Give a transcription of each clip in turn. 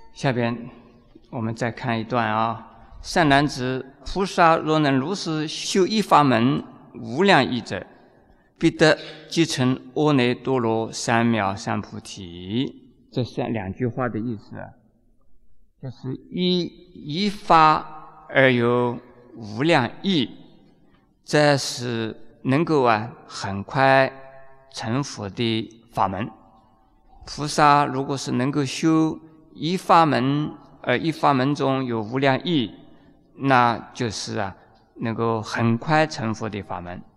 下边我们再看一段啊。善男子，菩萨若能如是修一法门无量义者，必得即成阿耨多罗三藐三菩提。这两句话的意思啊，就是一法而有无量义，这是能够很快成佛的法门。菩萨如果是能够修一法门，而一法门中有无量义，那就是能够很快成佛的法门。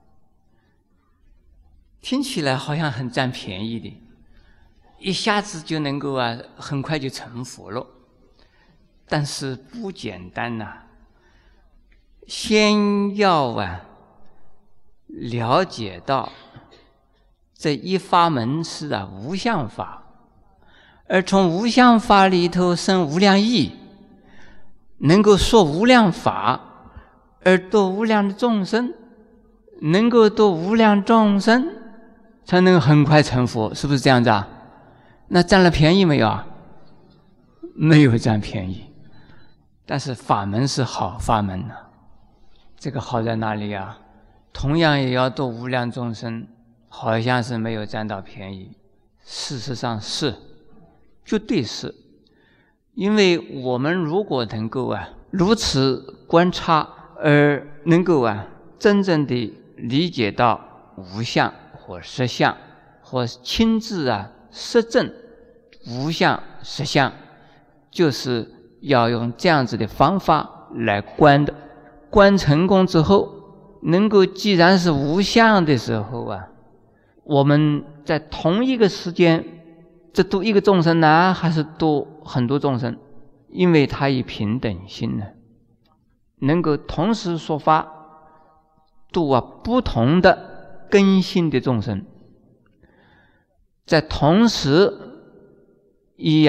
听起来好像很占便宜的，一下子就能够很快就成佛了，但是不简单呐。先要了解到这一法门是无相法，而从无相法里头生无量义，能够说无量法而度无量的众生，能够度无量众生，才能很快成佛，是不是这样子啊？那占了便宜没有啊？没有占便宜，但是法门是好法门呢。这个好在哪里啊？同样也要度无量众生，好像是没有占到便宜。事实上是，绝对是。因为我们如果能够如此观察，而能够真正的理解到无相或实相，或亲自实证无相实相，就是要用这样子的方法来观的。观成功之后，能够既然是无相的时候我们在同一个时间，这度一个众生呢，还是度很多众生？因为它以平等心呢，能够同时说法度不同的根性的众生，在同时以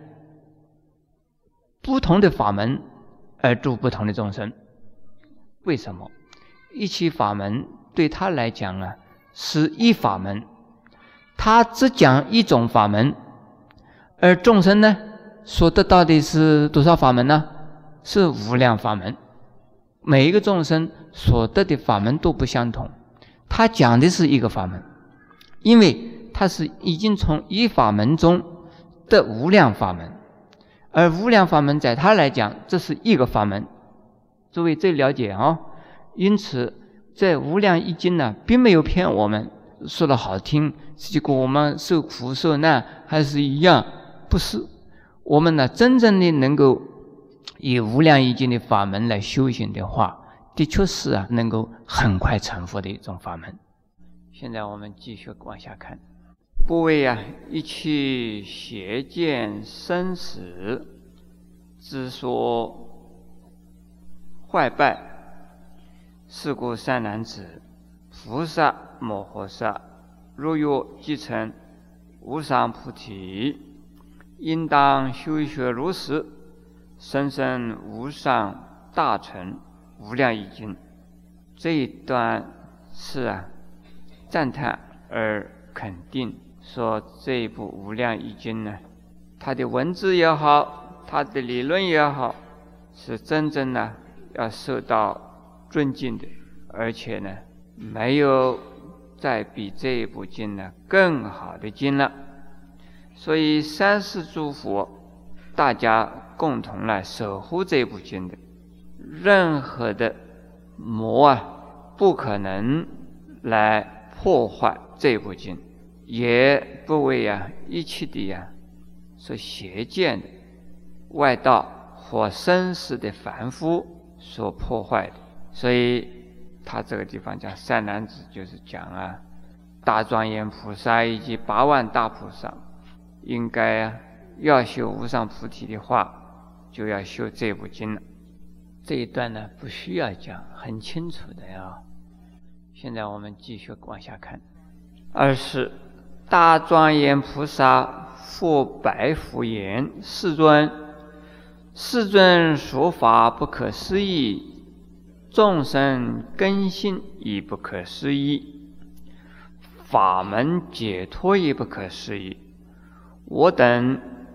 不同的法门而度不同的众生。为什么？一切法门对他来讲是一法门，他只讲一种法门，而众生呢所得到的是多少法门呢？是无量法门。每一个众生所得的法门都不相同，他讲的是一个法门，因为他是已经从一法门中得无量法门，而无量法门在他来讲这是一个法门。诸位最了解因此在无量义经呢，并没有骗我们说的好听，结果我们受苦受难还是一样，不是。我们呢真正的能够以无量义经的法门来修行的话，的确是能够很快成佛的一种法门。现在我们继续往下看。不为一切邪见生死之所坏败，是故善男子，菩萨摩诃萨若欲即成无上菩提，应当修学如是，深深无上大乘无量义经。这一段是赞叹而肯定，说这一部无量义经呢，它的文字也好，它的理论也好，是真正要受到尊敬的，而且呢没有再比这一部经更好的经了。所以三世诸佛大家共同来守护这部经的，任何的魔不可能来破坏这部经，也不为一切的所邪见的外道或生死的凡夫所破坏的。所以他这个地方讲善男子，就是讲大庄严菩萨以及8万大菩萨应该要修无上菩提的话，就要修这部经了。这一段呢不需要讲，很清楚的现在我们继续往下看。二是大庄严菩萨复白佛言：世尊，世尊说法不可思议，众生根性亦不可思议，法门解脱亦不可思议。我等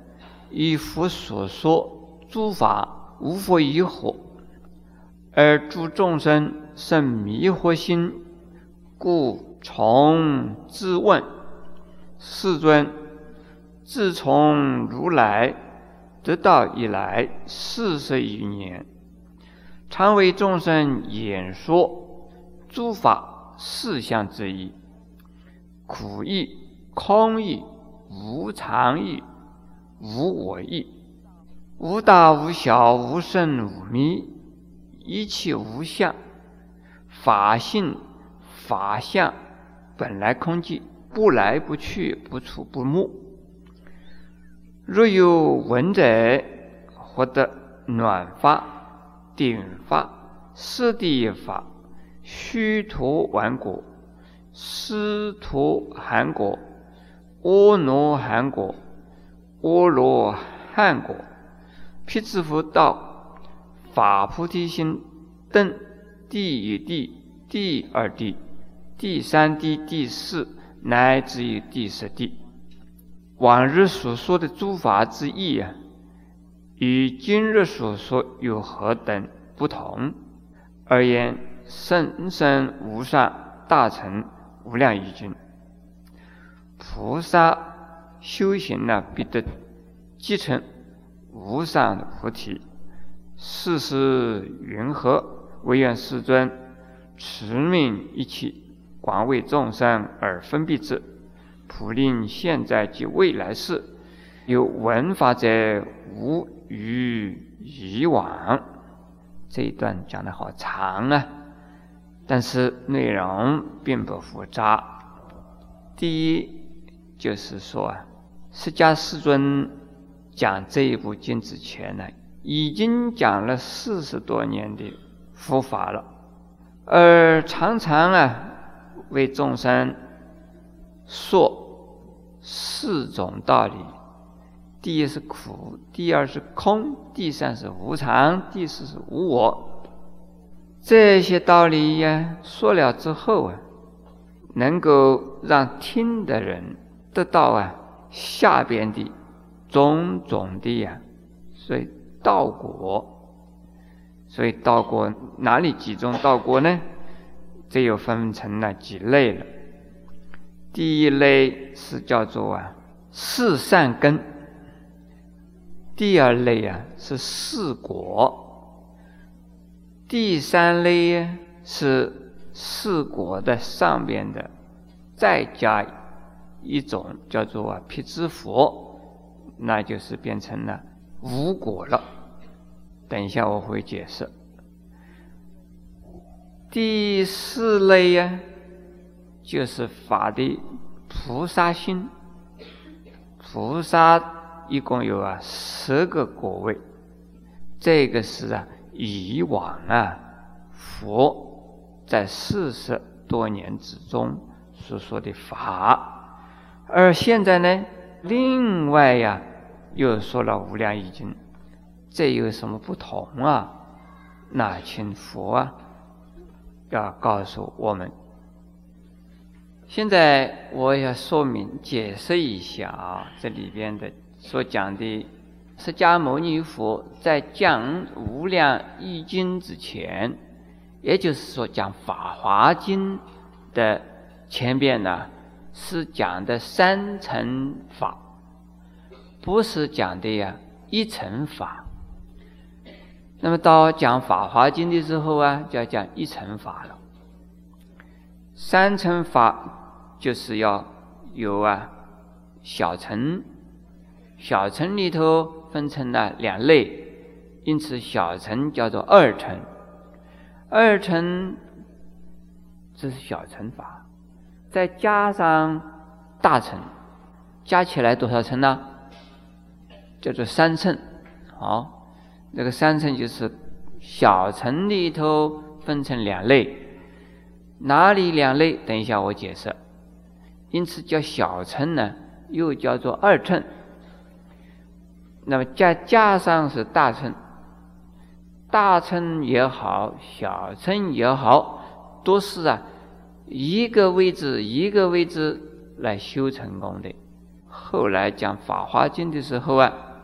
以佛所说诸法无佛疑惑，而诸众生生迷惑心，故从自问：世尊，自从如来得道以来40余年，常为众生演说诸法实相之义，苦义、空义、无常义、无我义，无大无小，无生无灭，一切无相，法性法相本来空寂，不来不去，不出不没。若有闻者，获得暖法、定法、四谛法、须陀洹果、斯陀含果、阿罗汉果、阿罗汉果、辟支佛道、法菩提心等第1地、第2地、第3地、第4乃至于第10地。往日所说的诸法之义与今日所说有何等不同？而言甚深无上大乘无量义经，菩萨修行必得即成无上的菩提。是时云何？唯愿世尊持名一切，广为众生而分别之，普令现在及未来世有闻法者无于以往。这一段讲得好长但是内容并不复杂。第一就是说释迦世尊讲这一部经之前已经讲了40多年的佛法了，而常常为众生说4种道理。第一是苦，第2是空，第3是无常，第4是无我。这些道理说了之后能够让听的人得到下边的种种的所以道果。所以道果哪里几种道果呢？这又分成了几类了。第一类是叫做四善根，第2类是四果，第3类是四果的上边的再加一种叫做辟支佛，那就是变成了无果了。等一下我会解释。第4类就是法的菩萨心。菩萨一共有10个果位，这个是以往佛在40多年之中所说的法，而现在呢，另外又说了无量易经，这有什么不同那请佛要告诉我们。现在我要说明解释一下这里边的所讲的释迦牟尼佛在讲无量易经之前，也就是说讲法华经的前边是讲的3乘法，不是讲的1乘法。那么到讲法华经的时候就要讲1乘法了。3乘法就是要有小乘，小乘里头分成了2类，因此小乘叫做2乘。2乘这是小乘法，再加上大乘，加起来多少乘呢？叫做3乘。好，这个3乘就是小乘里头分成2类，哪里2类？等一下我解释。因此叫小乘呢，又叫做2乘。那么加上是大乘，大乘也好，小乘也好，都是一个位置一个位置来修成功的。后来讲法华经的时候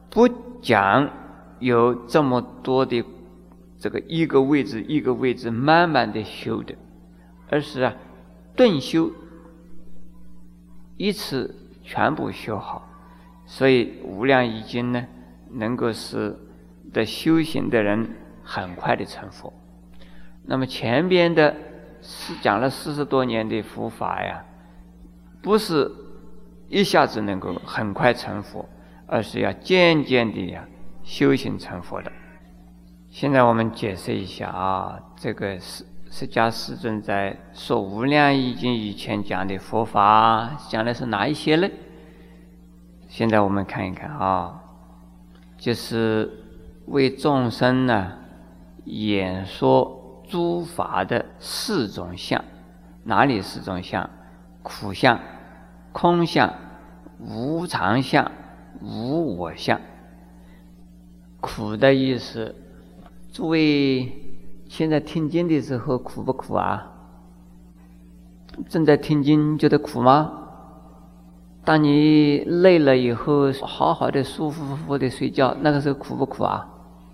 不讲有这么多的这个一个位置一个位置慢慢的修的，而是顿修，一次全部修好。所以无量易经呢，能够使的修行的人很快的成佛。那么前边的讲了40多年的佛法呀，不是一下子能够很快成佛，而是要渐渐的修行成佛的。现在我们解释一下这个释迦世尊在说无量易经以前讲的佛法讲的是哪一些呢？现在我们看一看就是为众生演说诸法的4种相。哪里4种相？苦相、空相、无常相、无我相。苦的意思，诸位现在听经的时候苦不苦啊？正在听经觉得苦吗？当你累了以后，好好的舒舒服服的睡觉，那个时候苦不苦啊？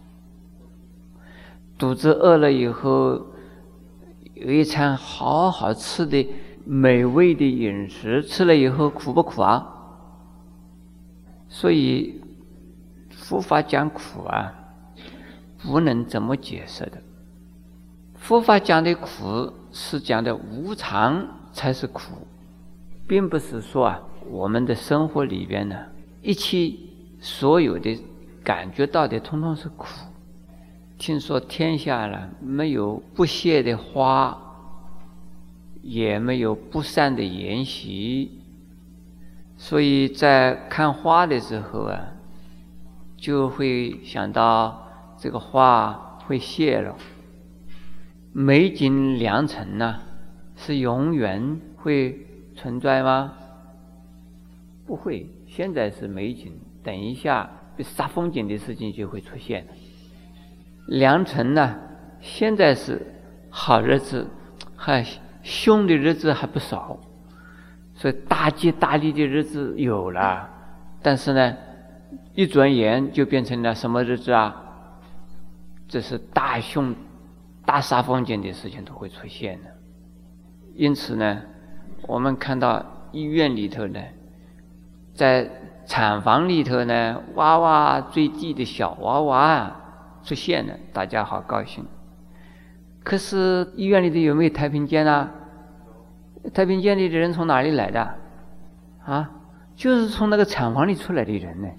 肚子饿了以后，有一餐好好吃的美味的饮食，吃了以后苦不苦啊？所以佛法讲苦不能这么解释的。佛法讲的苦是讲的无常才是苦，并不是说我们的生活里边一切所有的感觉到的通通是苦。听说天下没有不谢的花，也没有不善的筵席，所以在看花的时候就会想到这个花会谢了。美景良辰是永远会存在吗？不会。现在是美景，等一下煞风景的事情就会出现了。良辰现在是好日子，还凶的日子还不少，所以大吉大利的日子有了，但是一转眼就变成了什么日子这是大凶大煞风景的事情都会出现的。因此我们看到医院里头在产房里头娃娃坠地的小娃娃出现了，大家好高兴。可是医院里头有没有太平间太平间里的人从哪里来的就是从那个产房里出来的人呢。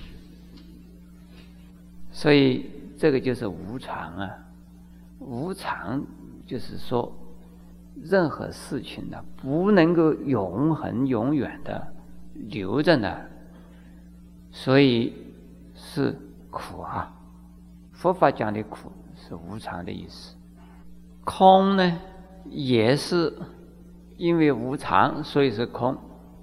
所以这个就是无常无常就是说任何事情不能够永恒永远的留着所以是苦佛法讲的苦是无常的意思。空也是因为无常，所以是空。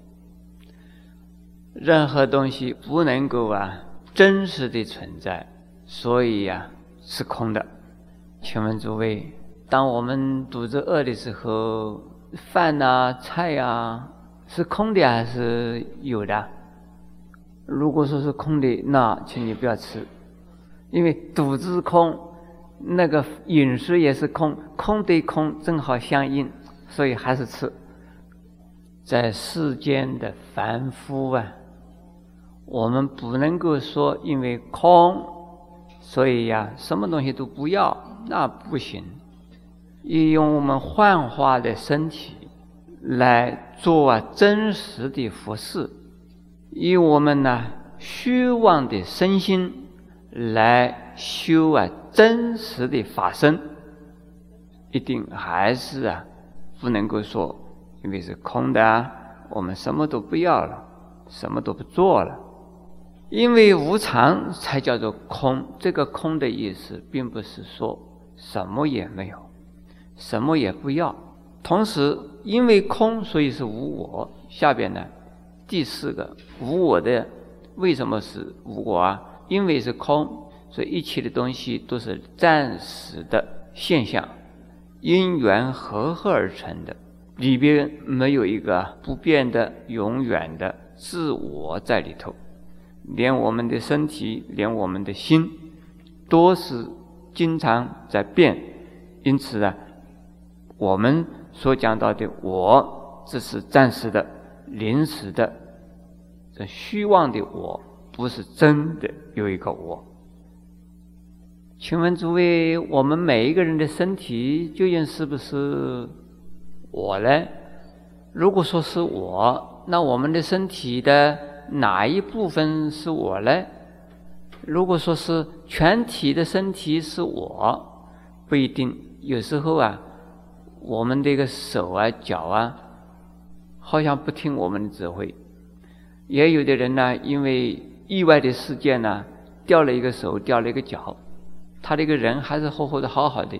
任何东西不能够真实的存在，所以是空的。请问诸位，当我们肚子饿的时候，饭菜是空的还是有的？如果说是空的，那请你不要吃，因为肚子空，那个饮食也是空，空对空正好相应，所以还是吃。在世间的凡夫我们不能够说因为空，所以什么东西都不要，那不行。用我们幻化的身体来做真实的佛事，以我们虚妄的身心来修真实的法身，一定还是不能够说因为是空的我们什么都不要了，什么都不做了。因为无常才叫做空。这个空的意思并不是说什么也没有，什么也不要。同时因为空，所以是无我。下边第4个无我的，为什么是无我因为是空，所以一切的东西都是暂时的现象，因缘和合而成的，里边没有一个不变的永远的自我在里头。 连我们的身体，连我们的心，都是经常在变。因此啊，我们所讲到的我，这是暂时的、临时的，这虚妄的我，不是真的有一个我。请问诸位，我们每一个人的身体究竟是不是我呢？如果说是我，那我们的身体的哪一部分是我呢？如果说是全体的身体是我，不一定。有时候啊，我们这个手啊、脚啊，好像不听我们的指挥。也有的人呢，因为意外的事件呢，掉了一个手，掉了一个脚，他这个人还是活得好好的。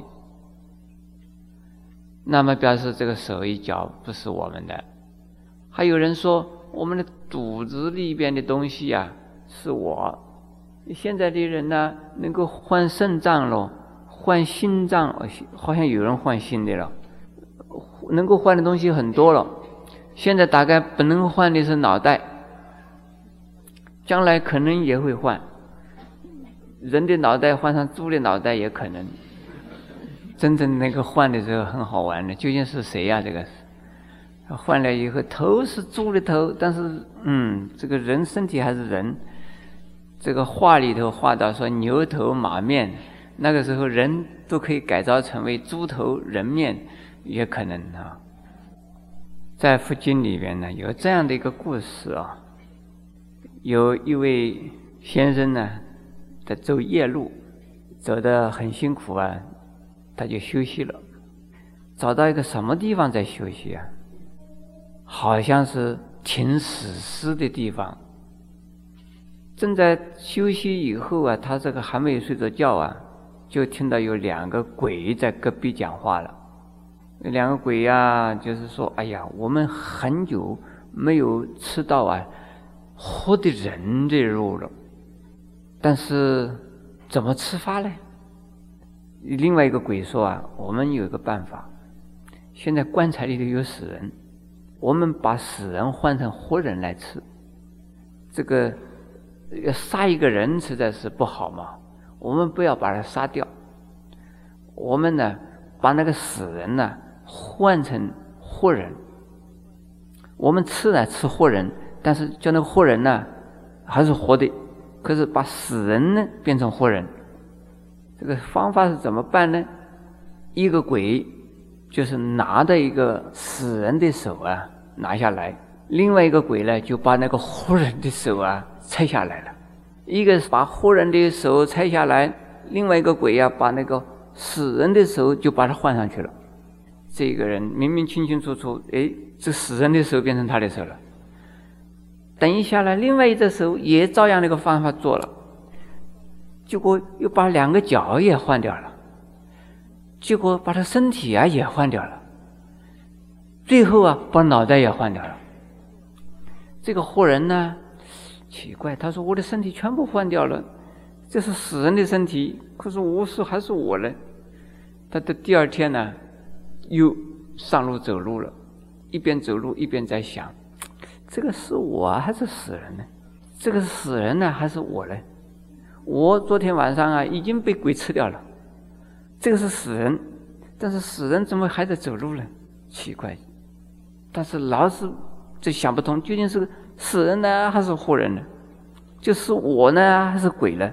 那么表示这个手一脚不是我们的。还有人说我们的肚子里边的东西啊是我。现在的人呢，能够换肾脏了，换心脏，好像有人换心的了，能够换的东西很多了。现在大概不能换的是脑袋，将来可能也会换。人的脑袋换上猪的脑袋也可能。真正那个换的时候很好玩的，究竟是谁呀？这个换了以后，头是猪的头，但是这个人身体还是人。这个画里头画到说牛头马面，那个时候人都可以改造成为猪头人面，也可能啊。在佛经里边呢，有这样的一个故事啊，有一位先生呢，在走夜路，走得很辛苦啊。他就休息了，找到一个什么地方在休息啊？好像是停死尸的地方。正在休息以后啊，他这个还没有睡着觉啊，就听到有两个鬼在隔壁讲话了。那两个鬼呀，就是说，哎呀，我们很久没有吃到啊活的人的肉了，但是怎么吃法呢？另外一个鬼说啊，我们有一个办法，现在棺材里头有死人，我们把死人换成活人来吃。这个要杀一个人实在是不好嘛，我们不要把他杀掉，我们呢把那个死人呢换成活人。我们吃呢吃活人，但是叫那个活人呢还是活的，可是把死人呢变成活人。这个方法是怎么办呢？一个鬼就是拿着一个死人的手啊拿下来，另外一个鬼呢就把那个活人的手啊拆下来了。一个把活人的手拆下来，另外一个鬼啊把那个死人的手就把它换上去了。这个人明明清清楚楚，这死人的手变成他的手了。等一下呢，另外一只手也照样那个方法做了。结果又把两个脚也换掉了，结果把他身体啊也换掉了，最后啊把脑袋也换掉了。这个活人呢奇怪，他说我的身体全部换掉了，这是死人的身体，可是我是还是我呢。他的第二天呢又上路走路了，一边走路一边在想，这个是我还是死人呢？这个是死人呢还是我呢？我昨天晚上啊已经被鬼吃掉了，这个是死人，但是死人怎么还在走路呢？奇怪，但是老是就想不通，究竟是死人呢还是活人呢？就是我呢还是鬼呢？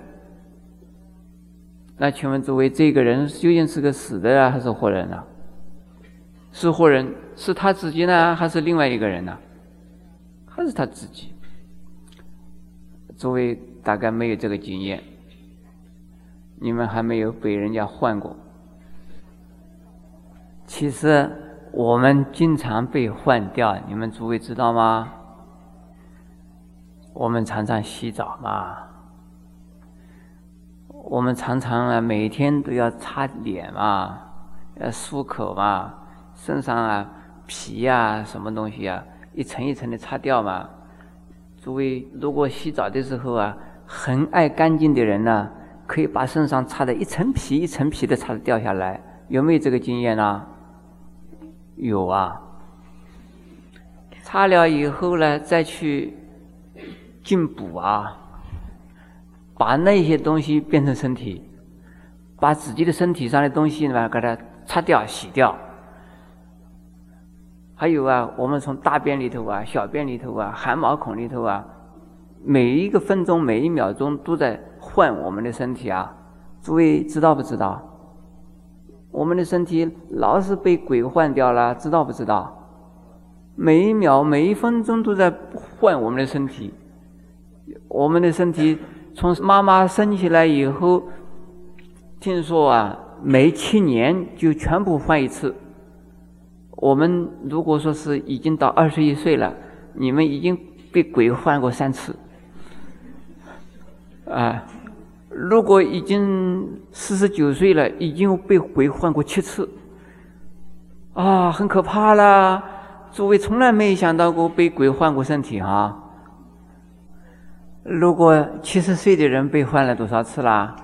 那请问诸位，这个人究竟是个死的啊还是活人啊？是活人，是他自己呢还是另外一个人呢？还是他自己？诸位大概没有这个经验，你们还没有被人家换过。其实我们经常被换掉，你们诸位知道吗？我们常常洗澡嘛，我们常常啊每天都要擦脸嘛，要漱口嘛，身上啊皮啊什么东西啊一层一层的擦掉嘛。诸位如果洗澡的时候啊很爱干净的人呢，可以把身上擦的一层皮一层皮的擦的掉下来，有没有这个经验啊？有啊。擦了以后呢再去进补啊， 把那些东西变成身体，把自己的身体上的东西呢，给它擦掉、洗掉。还有啊，我们从大便里头啊、小便里头啊、汗毛孔里头啊，每一个分钟、每一秒钟都在换我们的身体啊。诸位知道不知道？我们的身体老是被鬼换掉了，知道不知道？每一秒、每一分钟都在换我们的身体。我们的身体从妈妈生起来以后，听说啊，每7年就全部换一次。我们如果说是已经到21岁了，你们已经被鬼换过3次，啊，如果已经49岁了，已经被鬼换过7次，啊，很可怕啦！诸位从来没想到过被鬼换过身体啊。如果70岁的人被换了多少次啦？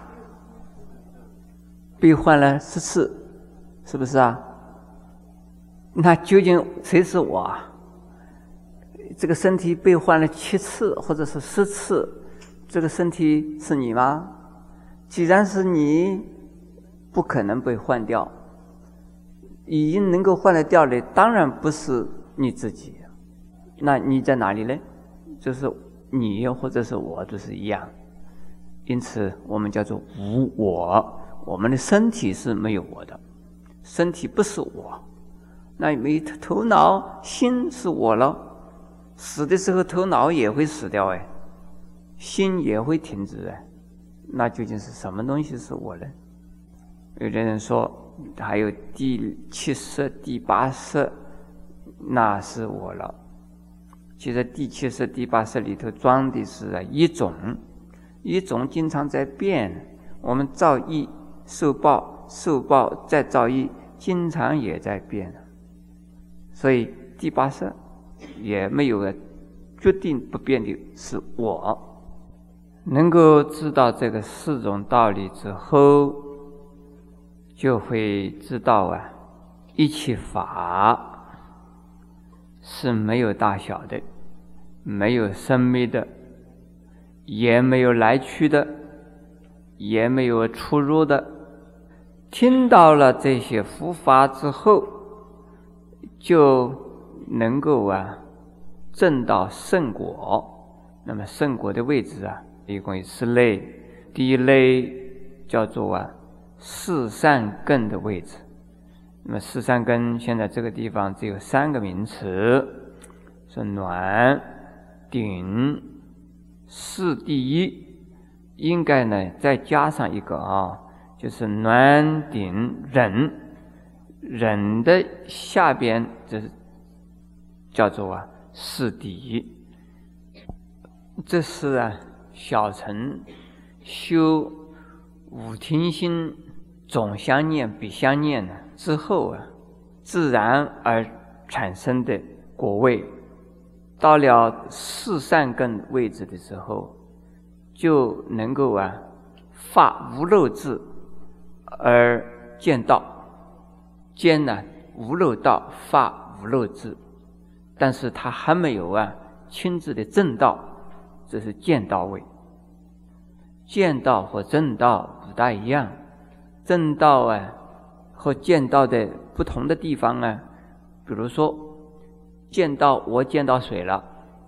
被换了10次，是不是啊？那究竟谁是我啊？这个身体被换了7次或者是10次，这个身体是你吗？既然是你，不可能被换掉。已经能够换得掉的，当然不是你自己。那你在哪里呢？就是你或者是我都是一样。因此我们叫做无我，我们的身体是没有我的，身体不是我。那没头脑心是我了，死的时候头脑也会死掉哎，心也会停止哎，那究竟是什么东西是我呢？有的人说还有第7识、第8识，那是我了。其实第7识、第8识里头装的是一种经常在变，我们造业受报，受报再造业，经常也在变。所以第8识也没有决定不变的是我。能够知道这个4种道理之后，就会知道啊，一切法是没有大小的，没有生灭的，也没有来去的，也没有出入的。听到了这些佛法之后，就能够啊证到圣果。那么圣果的位置啊，一共有4类。第一类叫做四善根的位置。那么四善根现在这个地方只有3个名词，是暖、顶、四第一，应该呢再加上一个就是暖、顶、忍。忍的下边这是叫做四第一。这是小乘修五听心总相念比相念之后自然而产生的果位。到了四善根位置的时候，就能够发无漏智而见道。见无漏道，发无漏智，但是他还没有亲自的证道，这是见道位。见道和证道不大一样，证道和见道的不同的地方比如说见道，我见到水了，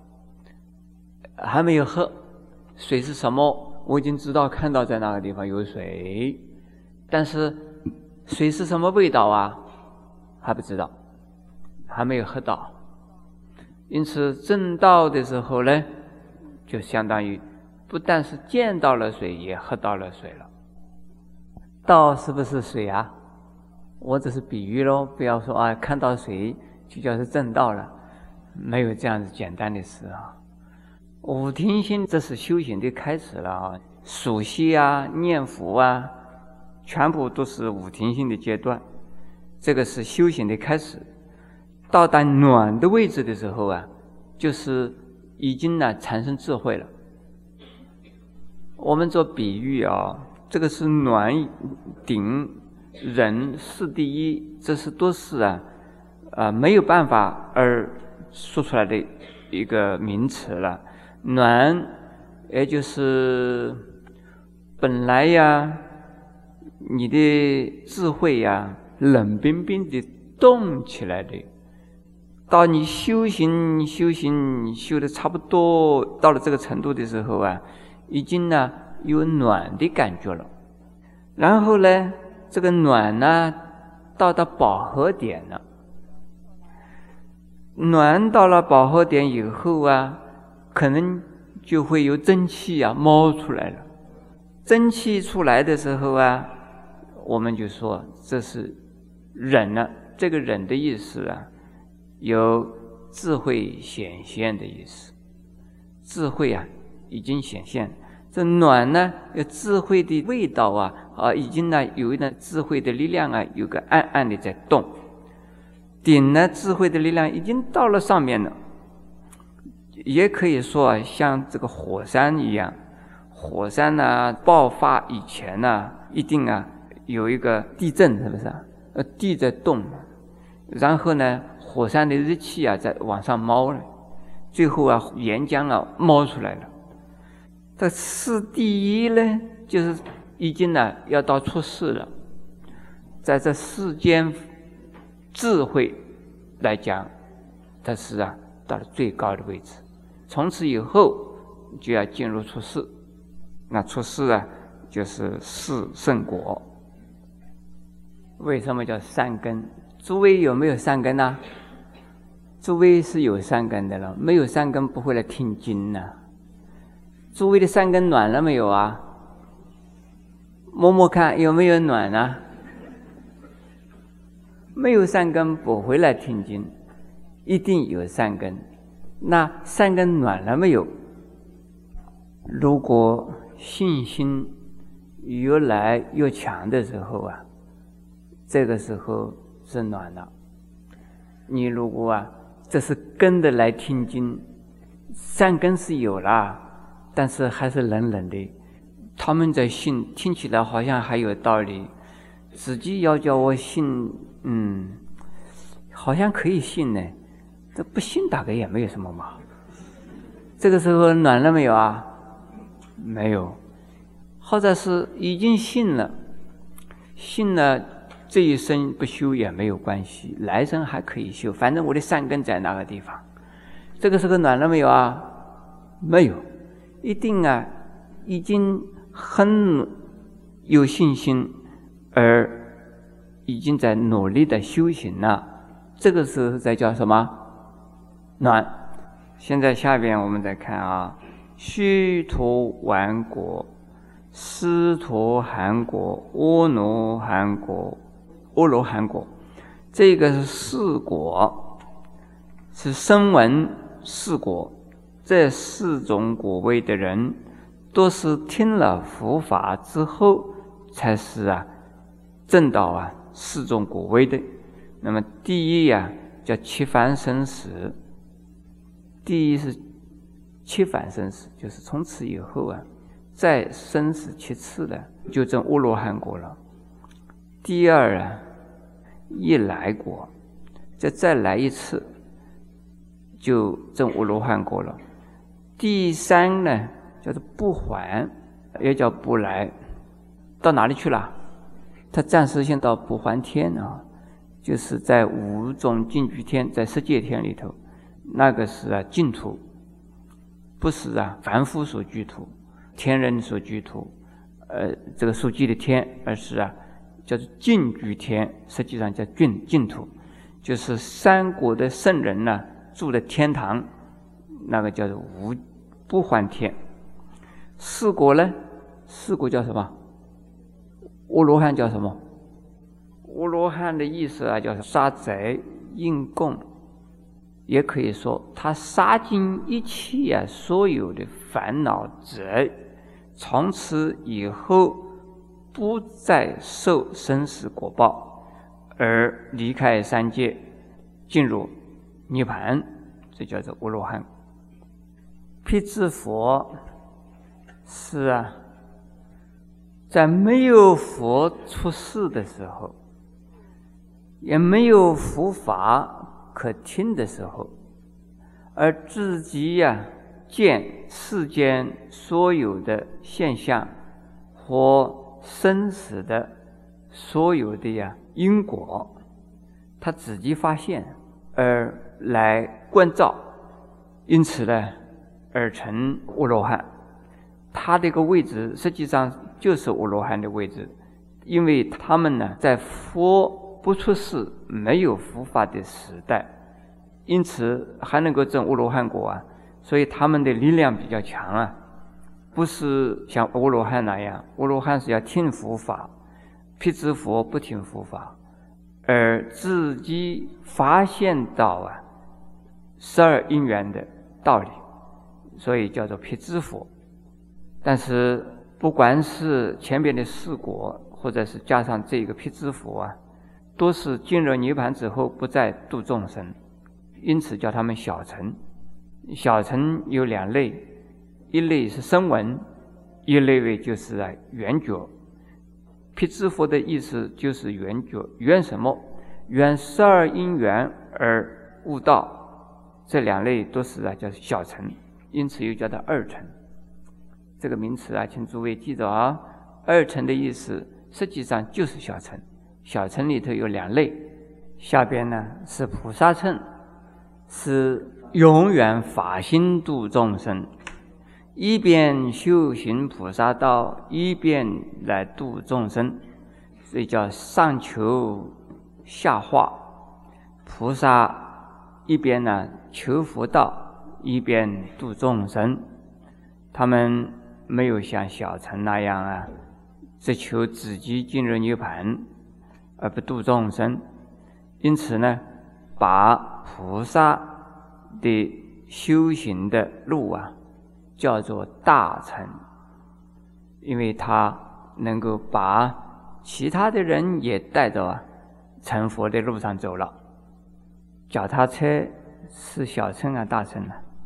还没有喝，水是什么我已经知道，看到在那个地方有水，但是水是什么味道还不知道，还没有喝到。因此证道的时候呢，就相当于不但是见到了水，也喝到了水了。道是不是水啊？我只是比喻咯，不要说看到水就叫是证道了，没有这样子简单的事五听心这是修行的开始了数息念佛全部都是五听心的阶段，这个是修行的开始。到达暖的位置的时候就是已经产生智慧了。我们做比喻这个是暖、顶、忍、四第一，这是都是没有办法而说出来的一个名词了。暖也就是本来呀，你的智慧呀，冷冰冰的冻起来的，到你修行修的差不多到了这个程度的时候啊，已经呢有暖的感觉了。然后呢，这个暖呢到达饱和点了。暖到了饱和点以后啊，可能就会有蒸汽啊冒出来了。蒸汽出来的时候啊，我们就说这是忍了。这个忍的意思啊，有智慧显现的意思。智慧啊已经显现。这暖呢，有智慧的味道啊，已经呢有一点智慧的力量啊，有个暗暗的在动。顶呢，智慧的力量已经到了上面了。也可以说啊，像这个火山一样，火山呢爆发以前呢，一定啊有一个地震，是不是啊？地在动，然后呢，火山的热气啊在往上冒了，最后啊岩浆啊冒出来了。这次第一呢，就是已经呢要到出世了。在这世间智慧来讲，它是啊到了最高的位置。从此以后就要进入出世。那出世啊，就是四圣果。为什么叫三根？诸位有没有三根呢？诸位是有三根的了，没有三根不会来听经呢。诸位的三根暖了没有啊？摸摸看有没有暖啊？没有三根不会来听经，一定有三根。那三根暖了没有？如果信心越来越强的时候啊，这个时候是暖了。你如果啊，这是跟着来听经，三根是有了，但是还是冷冷的。他们在信，听起来好像还有道理，自己要叫我信，好像可以信呢。这不信大概也没有什么嘛。这个时候暖了没有啊？没有。或者是已经信了，信了这一生不修也没有关系，来生还可以修，反正我的善根在那个地方。这个时候暖了没有啊？没有。一定啊，已经很有信心，而已经在努力的修行了。这个时候才叫什么？暖。现在下边我们再看啊，须陀洹果、斯陀含果、阿罗汉果，这个是四果，是声闻四果。这四种果位的人，都是听了佛法之后，才是啊证到啊四种果位的。那么第一呀，叫七返生死。第一是七返生死，就是从此以后啊，再生死七次了，就证阿罗汉果了。第二啊，一来果，再来一次，就证阿罗汉果了。第三呢，叫做不还，也叫不来，到哪里去了？他暂时先到不还天啊，就是在五种净居天，在十界天里头，那个是啊净土，不是啊凡夫所居土，天人所居土，这个所居的天，而是啊叫做净居天，实际上叫净土，就是三国的圣人呢住的天堂，那个叫做不还天。四果呢？四果叫什么？阿罗汉叫什么？阿罗汉的意思啊，叫杀贼应供，也可以说他杀尽一切啊所有的烦恼贼，从此以后不再受生死果报，而离开三界，进入涅槃，这叫做阿罗汉。辟支佛是啊，在没有佛出世的时候，也没有佛法可听的时候，而自己呀见世间所有的现象或生死的所有的因果，他自己发现而来关照，因此呢而成阿罗汉。他这个位置实际上就是阿罗汉的位置，因为他们呢在佛不出世、没有佛法的时代，因此还能够证阿罗汉果所以他们的力量比较强不是像阿罗汉那样，阿罗汉是要听佛法，辟支佛不听佛法，而自己发现到12因缘的道理，所以叫做辟支佛。但是不管是前边的4果，或者是加上这个辟支佛都是进入涅槃之后不再度众生，因此叫他们小乘。小乘有2类，一类是声闻，一类就是缘觉。辟支佛的意思就是缘觉，缘什么？缘12因缘而悟道，这2类都是叫小乘，因此又叫它2乘。这个名词请诸位记着2乘的意思实际上就是小乘。小乘里头有2类，下边呢是菩萨乘，是永远法心度众生，一边修行菩萨道，一边来度众生，所以叫上求下化。菩萨一边呢求佛道，一边度众生。他们没有像小乘那样只求自己进入涅槃，而不度众生。因此呢，把菩萨的修行的路叫做大乘，因为他能够把其他的人也带着成佛的路上走了。脚踏车是小乘大乘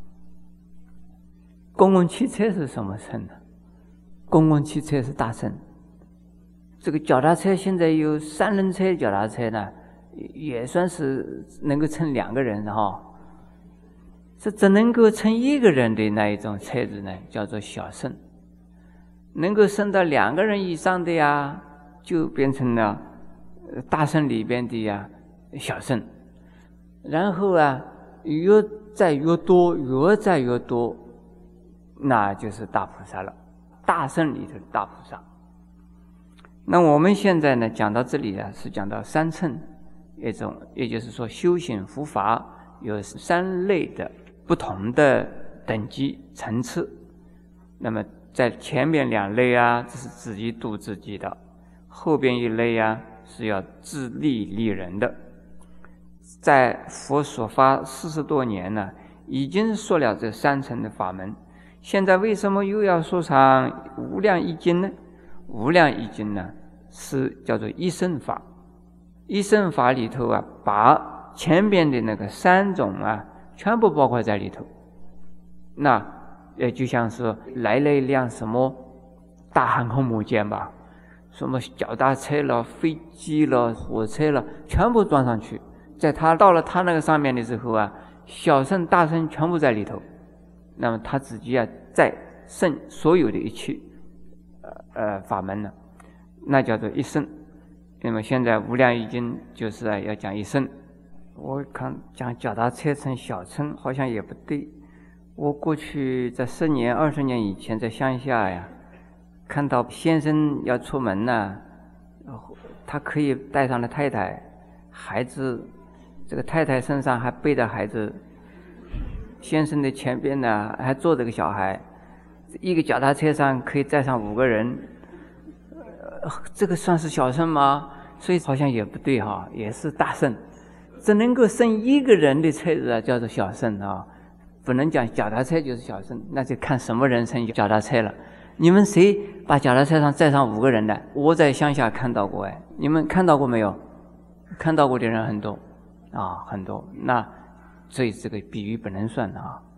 公共汽车是什么乘呢？公共汽车是大乘。这个脚踏车现在有3轮车脚踏车呢，也算是能够乘2个人这只能够乘1个人的那一种车子呢，叫做小乘。能够升到2个人以上的就变成了大乘里边的小乘。然后越再越多，越再越多，那就是大菩萨了，大乘里头的大菩萨。那我们现在呢讲到这里是讲到3乘一种，也就是说修行佛法有3类的不同的等级层次。那么在前面2类这是自己度自己的，后边1类是要自利利人的。在佛所发40多年呢，已经说了这3乘的法门。现在为什么又要说上无量易经呢？无量易经呢是叫做一乘法。一乘法里头把前边的那个3种全部包括在里头。那也就像是来了一辆什么大航空母舰吧，什么脚踏车了、飞机了、火车了，全部装上去。在他到了他那个上面的时候小乘大乘全部在里头。那么他自己再胜所有的一切法门呢，那叫做一乘。那么现在无量易经就是要讲一乘。我看讲脚踏车乘小乘好像也不对。我过去在10年20年以前在乡下看到先生要出门呢，他可以带上了太太孩子，这个太太身上还背着孩子，先生的前边呢还坐着个小孩，一个脚踏车上可以载上5个人，这个算是小乘吗？所以好像也不对也是大乘。只能够升1个人的车子叫做小乘不能讲脚踏车就是小乘，那就看什么人乘脚踏车了。你们谁把脚踏车上载上5个人的？我在乡下看到过你们看到过没有？看到过的人很多很多。那所以这个比喻不能算